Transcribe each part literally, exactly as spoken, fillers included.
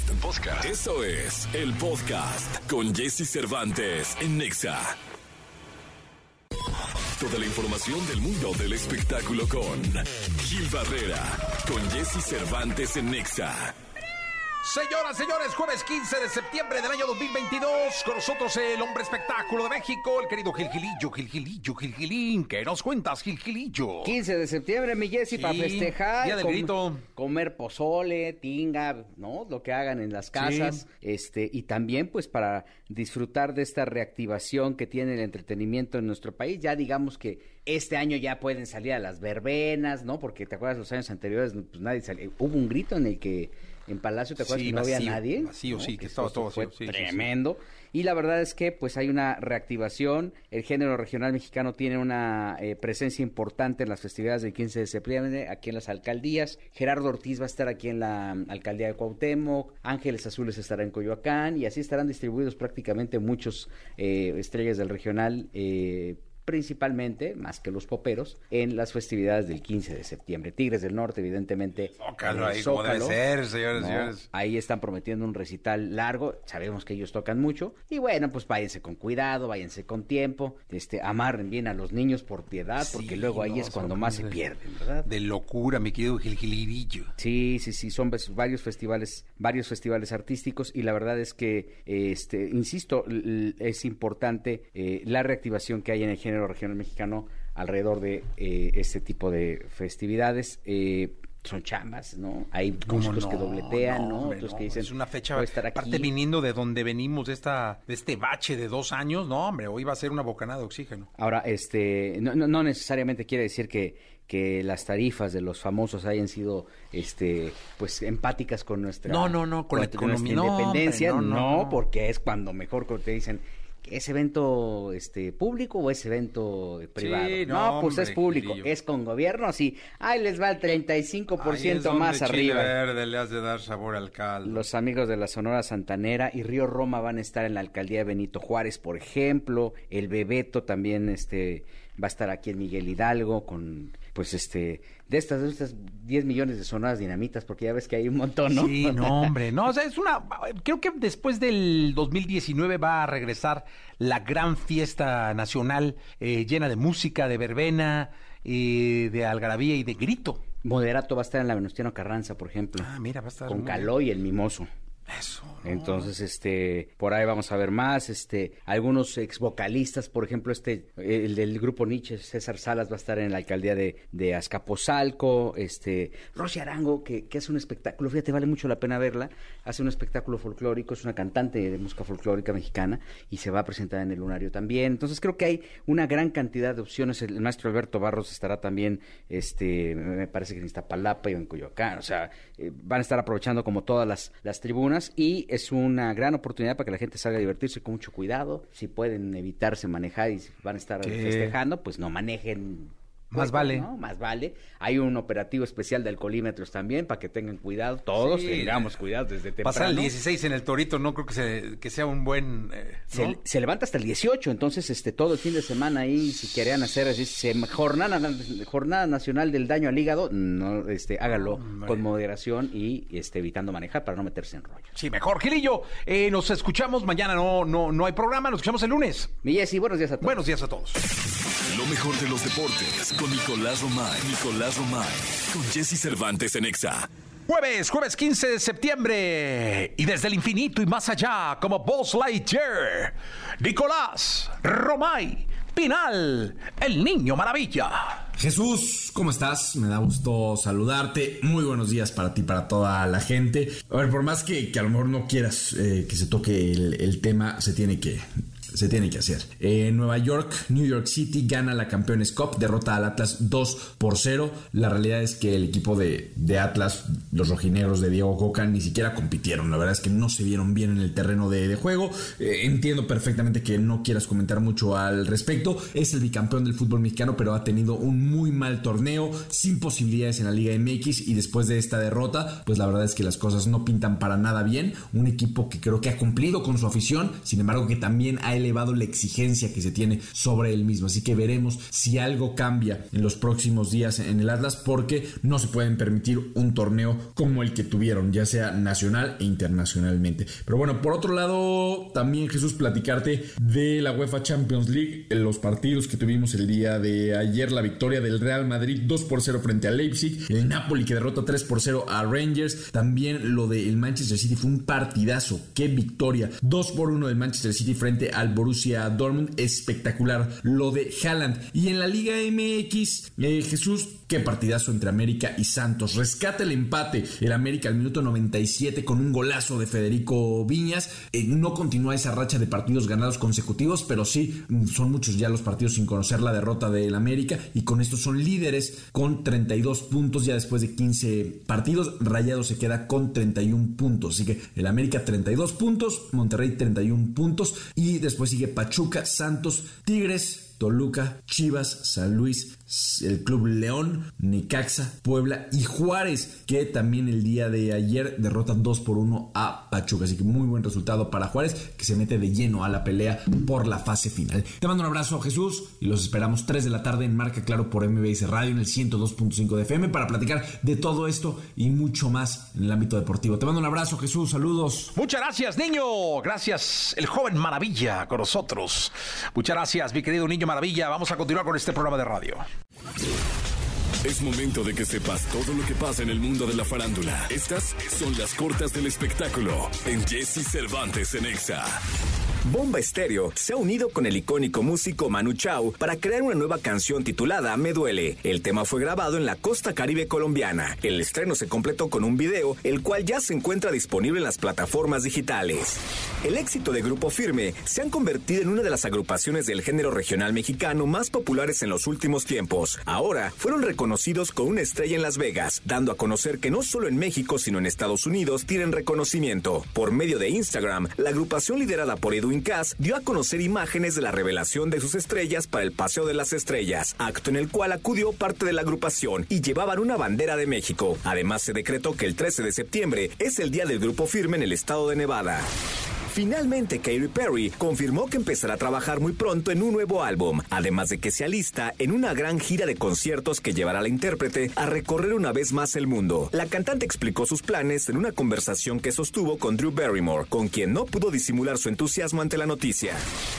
podcast. Podcast. Eso es el podcast con Jesse Cervantes en Nexa. Toda la información del mundo del espectáculo con Gil Barrera, con Jesse Cervantes en Nexa. Señoras, señores, jueves quince de septiembre del año dos mil veintidós, con nosotros el hombre espectáculo de México, el querido Gil Gilillo, Gil Gilillo, Gil Gilín. ¿Qué nos cuentas, Gil Gilillo? quince de septiembre, mi Jessy, sí, para festejar. Día del com- grito. Comer pozole, tinga, ¿no? Lo que hagan en las casas. Sí. Este, y también, pues, para disfrutar de esta reactivación que tiene el entretenimiento en nuestro país. Ya digamos que este año ya pueden salir a las verbenas, ¿no? Porque, ¿te acuerdas los años anteriores? Pues nadie salió. Hubo un grito en el que en Palacio, ¿te acuerdas sí, que no vacío, había nadie? Vacío, ¿no? sí, que, que estaba todo fue vacío. Sí, tremendo. Sí, sí. Y la verdad es que pues hay una reactivación. El género regional mexicano tiene una eh, presencia importante en las festividades del quince de septiembre, aquí en las alcaldías. Gerardo Ortiz va a estar aquí en la alcaldía de Cuauhtémoc, Ángeles Azules estará en Coyoacán, y así estarán distribuidos prácticamente muchos eh, estrellas del regional, eh, principalmente, más que los poperos, en las festividades del quince de septiembre. Tigres del Norte, evidentemente. Zócalo, ahí como debe ser, señores, ¿no? señores. Ahí están prometiendo un recital largo, sabemos que ellos tocan mucho, y bueno, pues váyanse con cuidado, váyanse con tiempo, este, amarren bien a los niños por piedad, sí, porque luego ahí no, es cuando más se pierden, ¿verdad? De locura, mi querido Gil Gilirillo. Sí, sí, sí, son varios festivales, varios festivales artísticos, y la verdad es que, este, insisto, es importante eh, la reactivación que hay en el género regional mexicano alrededor de eh, este tipo de festividades. Eh, son chambas, ¿no? Hay músicos no? que dobletean, ¿no? no Otros no, que dicen, es una fecha, estar aquí. Aparte viniendo de donde venimos, de esta de este bache de dos años, no, hombre, hoy va a ser una bocanada de oxígeno. Ahora, este, no, no, no necesariamente quiere decir que que las tarifas de los famosos hayan sido, este, pues, empáticas con nuestra... No, no, no, con, con la economía, nuestra independencia, no, no, no, no, porque es cuando mejor te dicen... ¿Es evento este público o es evento privado? Sí, no, no, pues hombre, es público. Gilillo. ¿Es con gobierno? Sí. Ahí les va el treinta y cinco por ciento más chile arriba. Verde le has de dar sabor al caldo. Los amigos de la Sonora Santanera y Río Roma van a estar en la alcaldía de Benito Juárez, por ejemplo. El Bebeto también este va a estar aquí en Miguel Hidalgo con, pues, este, de estas, de estas diez millones de sonoras dinamitas, porque ya ves que hay un montón, ¿no? Sí, no, hombre, no, o sea, es una, creo que después del dos mil diecinueve va a regresar la gran fiesta nacional eh, llena de música, de verbena, eh, de algarabía y de grito. Moderato va a estar en la Venustiano Carranza, por ejemplo. Ah, mira, va a estar con muy... Caló y el Mimoso. Eso. No. Entonces, este, por ahí vamos a ver más, este, algunos ex vocalistas, por ejemplo, este, el del grupo Nietzsche, César Salas, va a estar en la alcaldía de, de Azcapotzalco, este, Rosy Arango, que, que hace un espectáculo, fíjate, vale mucho la pena verla, hace un espectáculo folclórico, es una cantante de música folclórica mexicana, y se va a presentar en el Lunario también. Entonces, creo que hay una gran cantidad de opciones. El, el maestro Alberto Barros estará también, este, me parece que en Iztapalapa y en Coyoacán, o sea, eh, van a estar aprovechando como todas las, las tribunas, y es una gran oportunidad para que la gente salga a divertirse con mucho cuidado. Si pueden evitarse manejar y si van a estar ¿Qué? festejando, pues no manejen. Más vale. ¿no? Más vale. Hay un operativo especial de alcoholímetros también para que tengan cuidado. Todos sí, tengamos cuidado desde temprano. Pasar el dieciséis en el Torito no creo que, se, que sea un buen... Eh, ¿no? se, se levanta hasta el dieciocho, entonces este todo el fin de semana ahí, si querían hacer así, se, jornada, jornada nacional del daño al hígado, no, este, hágalo oh, con moderación y este, evitando manejar para no meterse en rollo. Sí, mejor. Gilillo, eh, nos escuchamos mañana, no, no, no hay programa, nos escuchamos el lunes. Mi Jessy, buenos días a todos. Buenos días a todos. Lo mejor de los deportes con Nicolás Romay. Nicolás Romay. Con Jesse Cervantes en Nexa. Jueves, jueves quince de septiembre. Y desde el infinito y más allá, como Buzz Lightyear, Nicolás Romay Pinal, el niño maravilla. Jesús, ¿cómo estás? Me da gusto saludarte. Muy buenos días para ti, para toda la gente. A ver, por más que, que a lo mejor no quieras eh, que se toque el, el tema, se tiene que... Se tiene que hacer. En eh, Nueva York, New York City gana la Campeones Cup, derrota al Atlas dos por cero. La realidad es que el equipo de, de Atlas, los rojinegros de Diego Coca, ni siquiera compitieron. La verdad es que no se vieron bien en el terreno de, de juego. Eh, entiendo perfectamente que no quieras comentar mucho al respecto. Es el bicampeón del fútbol mexicano, pero ha tenido un muy mal torneo, sin posibilidades en la Liga M X, y después de esta derrota, pues la verdad es que las cosas no pintan para nada bien. Un equipo que creo que ha cumplido con su afición, sin embargo que también ha elevado la exigencia que se tiene sobre él mismo. Así que veremos si algo cambia en los próximos días en el Atlas, porque no se pueden permitir un torneo como el que tuvieron, ya sea nacional e internacionalmente. Pero bueno, por otro lado, también, Jesús, platicarte de la UEFA Champions League, los partidos que tuvimos el día de ayer, la victoria del Real Madrid dos por cero frente a Leipzig, el Napoli que derrota tres por cero a Rangers, también lo del Manchester City fue un partidazo, qué victoria, dos por uno del Manchester City frente al Borussia Dortmund, espectacular lo de Haaland. Y en la Liga M X, eh, Jesús, qué partidazo entre América y Santos, rescata el empate el América al minuto noventa y siete con un golazo de Federico Viñas. Eh, no continúa esa racha de partidos ganados consecutivos, pero sí, son muchos ya los partidos sin conocer la derrota del América, y con esto son líderes con treinta y dos puntos ya después de quince partidos. Rayados se queda con treinta y uno puntos, así que el América treinta y dos puntos, Monterrey treinta y uno puntos, y después sigue Pachuca, Santos, Tigres, Toluca, Chivas, San Luis, el Club León, Necaxa, Puebla y Juárez, que también el día de ayer derrotan dos por uno a Pachuca. Así que muy buen resultado para Juárez, que se mete de lleno a la pelea por la fase final. Te mando un abrazo, Jesús, y los esperamos tres de la tarde en Marca Claro por M B S Radio en el ciento dos punto cinco de F M para platicar de todo esto y mucho más en el ámbito deportivo. Te mando un abrazo, Jesús, saludos. Muchas gracias, niño. Gracias, el joven Maravilla con nosotros. Muchas gracias, mi querido niño Maravilla. Vamos a continuar con este programa de radio. Es momento de que sepas todo lo que pasa en el mundo de la farándula. Estas son las cortas del espectáculo en Jesse Cervantes en Exa. Bomba Estéreo se ha unido con el icónico músico Manu Chao para crear una nueva canción titulada Me Duele. El tema fue grabado en la costa caribe colombiana. El estreno se completó con un video, el cual ya se encuentra disponible en las plataformas digitales. El éxito de Grupo Firme se han convertido en una de las agrupaciones del género regional mexicano más populares en los últimos tiempos. Ahora fueron reconocidos con una estrella en Las Vegas, dando a conocer que no solo en México, sino en Estados Unidos tienen reconocimiento. Por medio de Instagram, la agrupación liderada por Edwin Cass dio a conocer imágenes de la revelación de sus estrellas para el Paseo de las Estrellas, acto en el cual acudió parte de la agrupación y llevaban una bandera de México. Además, se decretó que el trece de septiembre es el día del Grupo Firme en el estado de Nevada. Finalmente, Katy Perry confirmó que empezará a trabajar muy pronto en un nuevo álbum, además de que se alista en una gran gira de conciertos que llevará a la intérprete a recorrer una vez más el mundo. La cantante explicó sus planes en una conversación que sostuvo con Drew Barrymore, con quien no pudo disimular su entusiasmo ante la noticia.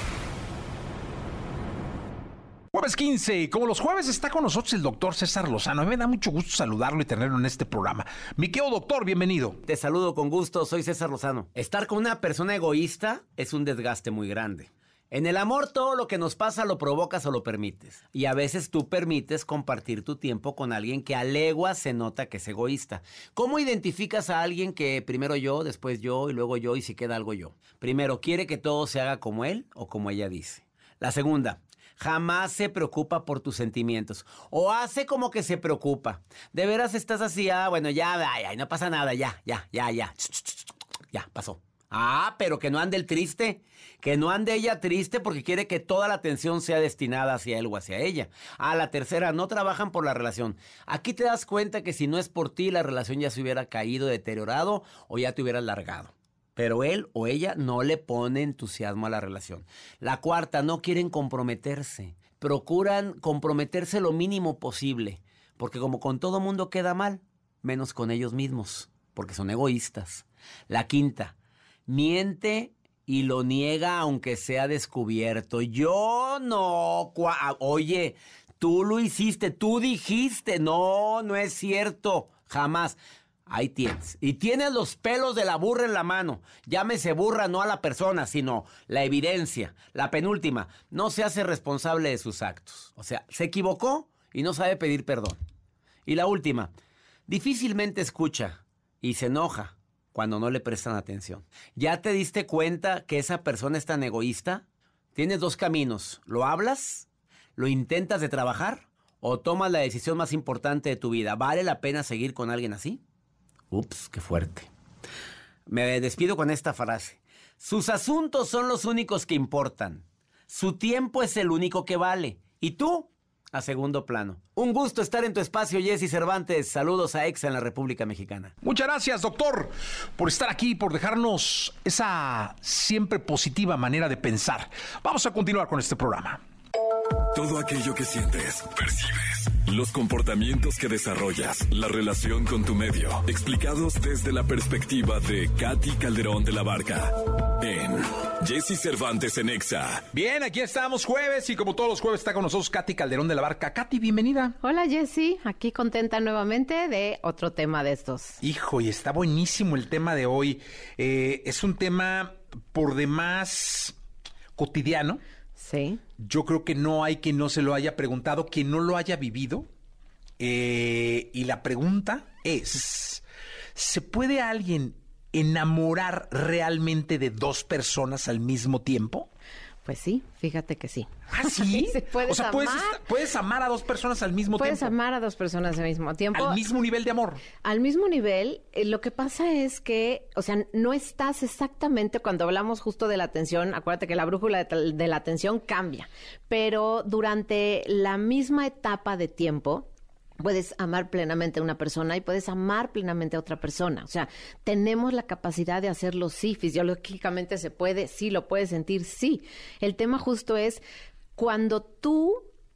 Jueves quince, y como los jueves está con nosotros el doctor César Lozano. A mí me da mucho gusto saludarlo y tenerlo en este programa. Mi querido doctor, bienvenido. Te saludo con gusto, soy César Lozano. Estar con una persona egoísta es un desgaste muy grande. En el amor todo lo que nos pasa lo provocas o lo permites. Y a veces tú permites compartir tu tiempo con alguien que a leguas se nota que es egoísta. ¿Cómo identificas a alguien que primero yo, después yo y luego yo y si queda algo yo? Primero, ¿quiere que todo se haga como él o como ella dice? La segunda, jamás se preocupa por tus sentimientos. O hace como que se preocupa. De veras estás así, ah, bueno, ya, ya, no pasa nada, ya, ya, ya, ya. Ya, pasó. Ah, pero que no ande el triste. Que no ande ella triste porque quiere que toda la atención sea destinada hacia él o hacia ella. Ah, la tercera, no trabajan por la relación. Aquí te das cuenta que si no es por ti, la relación ya se hubiera caído, deteriorado o ya te hubieras largado. Pero él o ella no le pone entusiasmo a la relación. La cuarta, no quieren comprometerse. Procuran comprometerse lo mínimo posible. Porque como con todo mundo queda mal, menos con ellos mismos. Porque son egoístas. La quinta, miente y lo niega aunque sea descubierto. Yo no... Oye, tú lo hiciste, tú dijiste. No, no es cierto. Jamás. Ahí tienes. Y tienes los pelos de la burra en la mano. Llámese burra no a la persona, sino la evidencia. La penúltima, no se hace responsable de sus actos. O sea, se equivocó y no sabe pedir perdón. Y la última, difícilmente escucha y se enoja cuando no le prestan atención. ¿Ya te diste cuenta que esa persona es tan egoísta? Tienes dos caminos. ¿Lo hablas? ¿Lo intentas de trabajar? ¿O tomas la decisión más importante de tu vida? ¿Vale la pena seguir con alguien así? Ups, qué fuerte. Me despido con esta frase. Sus asuntos son los únicos que importan. Su tiempo es el único que vale. ¿Y tú? a segundo plano. Un gusto estar en tu espacio, Jesse Cervantes. Saludos a Exa en la República Mexicana. Muchas gracias, doctor, por estar aquí, por dejarnos esa siempre positiva manera de pensar. Vamos a continuar con este programa. Todo aquello que sientes, percibes, los comportamientos que desarrollas, la relación con tu medio, explicados desde la perspectiva de Katy Calderón de la Barca en Jesse Cervantes en Exa. Bien, aquí estamos jueves y como todos los jueves está con nosotros Katy Calderón de la Barca. Katy, bienvenida. Hola Jesse, aquí contenta nuevamente de otro tema de estos. Hijo, y está buenísimo el tema de hoy. Eh, es un tema por demás cotidiano. Sí. Yo creo que no hay quien no se lo haya preguntado, quien no lo haya vivido. Eh, y la pregunta es, ¿se puede alguien enamorar realmente de dos personas al mismo tiempo? Pues sí, fíjate que sí. ¿Ah, sí? Sí, puedes o sea, ¿puedes, amar. esta- puedes amar a dos personas al mismo Puedes tiempo. amar a dos personas al mismo tiempo. Al mismo nivel de amor. Al mismo nivel, eh, lo que pasa es que, o sea, no estás exactamente cuando hablamos justo de la atención, acuérdate que la brújula de, tal- de la atención cambia, pero durante la misma etapa de tiempo puedes amar plenamente a una persona y puedes amar plenamente a otra persona. O sea, tenemos la capacidad de hacerlo, sí, fisiológicamente se puede, sí, lo puedes sentir, sí. El tema justo es cuando tú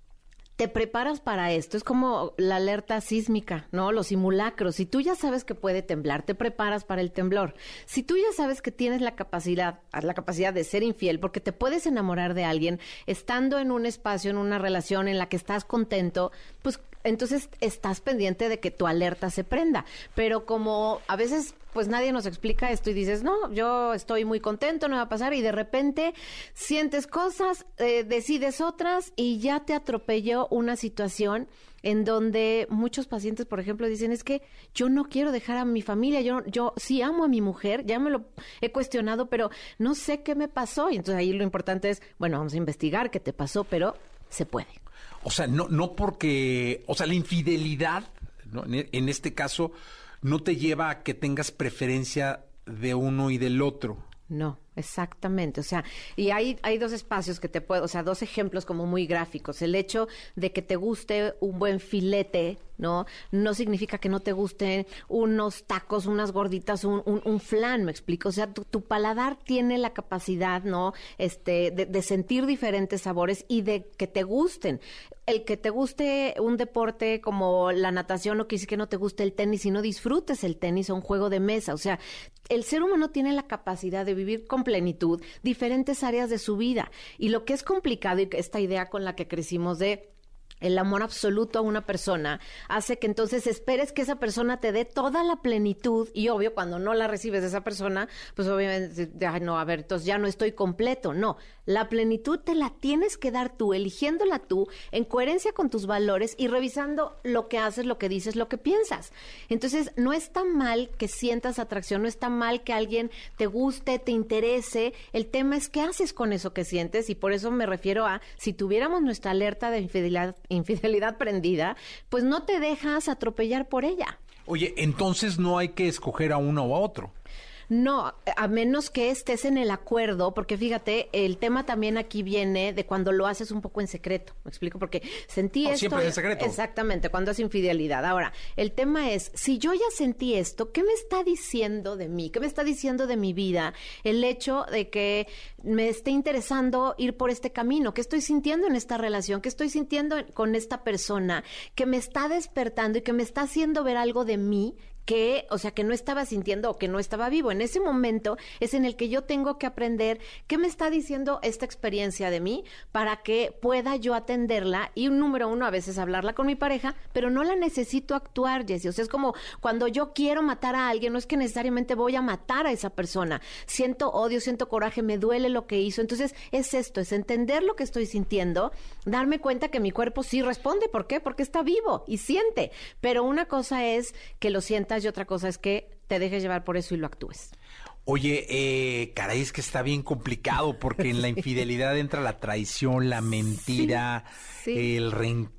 te preparas para esto, es como la alerta sísmica, ¿no? Los simulacros. Si tú ya sabes que puede temblar, te preparas para el temblor. Si tú ya sabes que tienes la capacidad, la capacidad de ser infiel, porque te puedes enamorar de alguien estando en un espacio, en una relación en la que estás contento, pues entonces estás pendiente de que tu alerta se prenda. Pero como a veces pues nadie nos explica esto y dices, no, yo estoy muy contento, no va a pasar, y de repente sientes cosas, eh, decides otras y ya te atropelló una situación en donde muchos pacientes, por ejemplo, dicen, es que yo no quiero dejar a mi familia, yo, yo sí amo a mi mujer, ya me lo he cuestionado, pero no sé qué me pasó. Y entonces ahí lo importante es, bueno, vamos a investigar qué te pasó, pero se puede. O sea, no, no porque, o sea, la infidelidad, ¿no? en, en este caso, no te lleva a que tengas preferencia de uno y del otro. No, exactamente. O sea, y hay, hay dos espacios que te puedo, o sea, dos ejemplos como muy gráficos. El hecho de que te guste un buen filete, ¿no? No significa que no te gusten unos tacos, unas gorditas, un, un, un flan, ¿me explico? O sea, tu, tu paladar tiene la capacidad, ¿no? Este, de, de sentir diferentes sabores y de que te gusten. El que te guste un deporte como la natación no quiere decir que no te guste el tenis y no disfrutes el tenis o un juego de mesa. O sea, el ser humano tiene la capacidad de vivir con plenitud diferentes áreas de su vida. Y lo que es complicado, y esta idea con la que crecimos de el amor absoluto a una persona hace que entonces esperes que esa persona te dé toda la plenitud y obvio cuando no la recibes de esa persona, pues obviamente, ay, no, a ver, entonces ya no estoy completo. No, la plenitud te la tienes que dar tú, eligiéndola tú, en coherencia con tus valores y revisando lo que haces, lo que dices, lo que piensas. Entonces, no está mal que sientas atracción, no está mal que alguien te guste, te interese. El tema es qué haces con eso que sientes y por eso me refiero a, si tuviéramos nuestra alerta de infidelidad infidelidad prendida, pues no te dejas atropellar por ella. Oye, entonces no hay que escoger a uno o a otro. No, a menos que estés en el acuerdo, porque fíjate, el tema también aquí viene de cuando lo haces un poco en secreto. ¿Me explico? Porque sentí Oh, esto. siempre es en secreto. Exactamente, cuando es infidelidad. Ahora, el tema es, si yo ya sentí esto, ¿qué me está diciendo de mí? ¿Qué me está diciendo de mi vida? El hecho de que me esté interesando ir por este camino. ¿Qué estoy sintiendo en esta relación? ¿Qué estoy sintiendo con esta persona? Que me está despertando y que me está haciendo ver algo de mí que, o sea, que no estaba sintiendo o que no estaba vivo. En ese momento es en el que yo tengo que aprender qué me está diciendo esta experiencia de mí para que pueda yo atenderla y, un número uno, a veces hablarla con mi pareja, pero no la necesito actuar, Jessy. O sea, es como cuando yo quiero matar a alguien, no es que necesariamente voy a matar a esa persona. Siento odio, siento coraje, me duele lo que hizo. Entonces, es esto, es entender lo que estoy sintiendo, darme cuenta que mi cuerpo sí responde. ¿Por qué? Porque está vivo y siente. Pero una cosa es que lo sientas y otra cosa es que te dejes llevar por eso y lo actúes. Oye, eh, caray, es que está bien complicado porque en la infidelidad entra la traición, la mentira, Sí, sí. el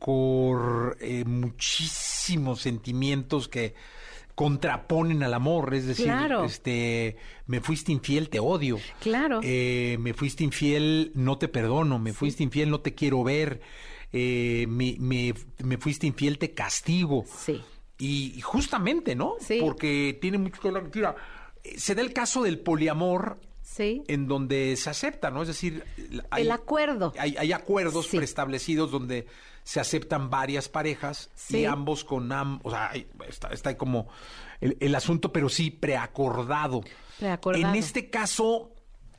rencor, eh, muchísimos sentimientos que contraponen al amor. Es decir, Claro. este, me fuiste infiel, te odio. Claro. Eh, me fuiste infiel, no te perdono. Me fuiste infiel, no te quiero ver. eh, me, me, me fuiste infiel, te castigo. Sí. Y, y justamente, ¿no? Sí. Porque tiene mucho que ver. Mira, se da el caso del poliamor. Sí. En donde se acepta, ¿no? Es decir, hay, el acuerdo. Hay, hay acuerdos sí. preestablecidos donde se aceptan varias parejas sí. y ambos con ambos, o sea, hay, está, está ahí como el, el asunto, pero sí preacordado. Preacordado. En este caso,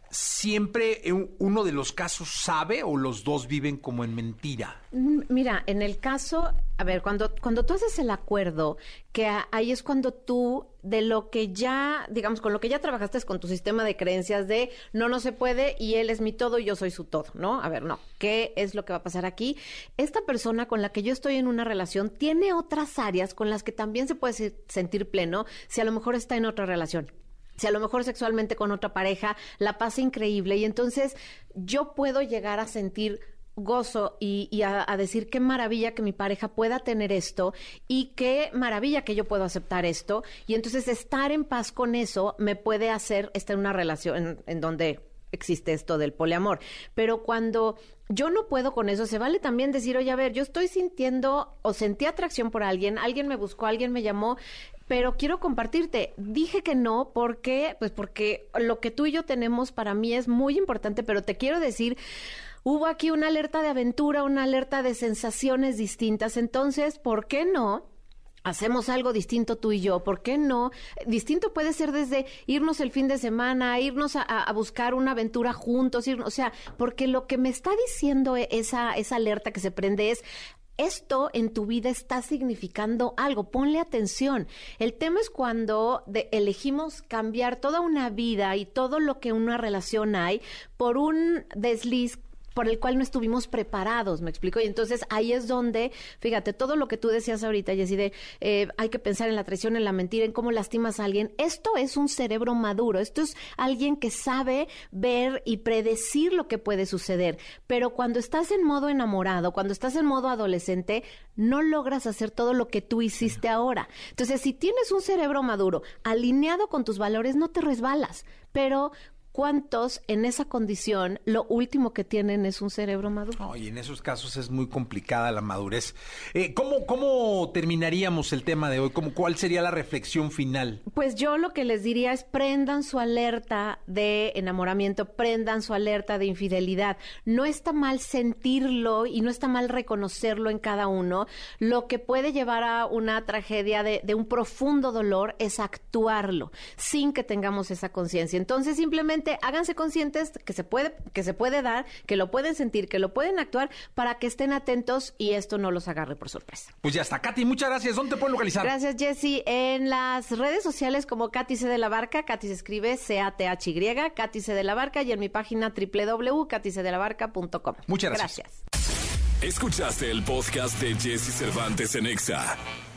siempre uno de los casos sabe o los dos viven como en mentira. Mira, en el caso, a ver, cuando, cuando tú haces el acuerdo, que a, ahí es cuando tú, de lo que ya, digamos, con lo que ya trabajaste es con tu sistema de creencias de no, no se puede y él es mi todo y yo soy su todo, ¿no? A ver, no, ¿qué es lo que va a pasar aquí? Esta persona con la que yo estoy en una relación tiene otras áreas con las que también se puede sentir pleno si a lo mejor está en otra relación. Si a lo mejor sexualmente con otra pareja la pasa increíble y entonces yo puedo llegar a sentir gozo y, y a, a decir qué maravilla que mi pareja pueda tener esto y qué maravilla que yo puedo aceptar esto y entonces estar en paz con eso me puede hacer estar en una relación en, en donde existe esto del poliamor. Pero cuando yo no puedo con eso, se vale también decir, oye, a ver, yo estoy sintiendo o sentí atracción por alguien, alguien me buscó, alguien me llamó, pero quiero compartirte. Dije que no, ¿por qué? Pues porque lo que tú y yo tenemos para mí es muy importante, pero te quiero decir, hubo aquí una alerta de aventura, una alerta de sensaciones distintas, entonces, ¿por qué no hacemos algo distinto tú y yo? ¿Por qué no? Distinto puede ser desde irnos el fin de semana, irnos a, a buscar una aventura juntos, irnos, o sea, porque lo que me está diciendo esa, esa alerta que se prende es, esto en tu vida está significando algo, ponle atención. El tema es cuando de, elegimos cambiar toda una vida y todo lo que en una relación hay por un desliz por el cual no estuvimos preparados, ¿me explico? Y entonces ahí es donde, fíjate, todo lo que tú decías ahorita, Jessy, de eh, hay que pensar en la traición, en la mentira, en cómo lastimas a alguien. Esto es un cerebro maduro, esto es alguien que sabe ver y predecir lo que puede suceder. Pero cuando estás en modo enamorado, cuando estás en modo adolescente, no logras hacer todo lo que tú hiciste ahora. Entonces, si tienes un cerebro maduro, alineado con tus valores, no te resbalas. Pero ¿cuántos en esa condición lo último que tienen es un cerebro maduro? No, y en esos casos es muy complicada la madurez. Eh, ¿cómo, ¿Cómo terminaríamos el tema de hoy? ¿Cómo, ¿Cuál sería la reflexión final? Pues yo lo que les diría es prendan su alerta de enamoramiento, prendan su alerta de infidelidad. No está mal sentirlo y no está mal reconocerlo en cada uno. Lo que puede llevar a una tragedia de, de un profundo dolor es actuarlo sin que tengamos esa conciencia. Entonces simplemente háganse conscientes que se puede, que se puede dar, que lo pueden sentir, que lo pueden actuar para que estén atentos y esto no los agarre por sorpresa. Pues ya está, Katy, muchas gracias. ¿Dónde te pueden localizar? Gracias, Jessy. En las redes sociales como Katy C de la Barca, Katy se escribe C A T H Y, Katy C de la Barca, y en mi página doble u doble u doble u punto katy c de la barca punto com. Muchas gracias. Gracias. Escuchaste el podcast de Jessy Cervantes en Exa.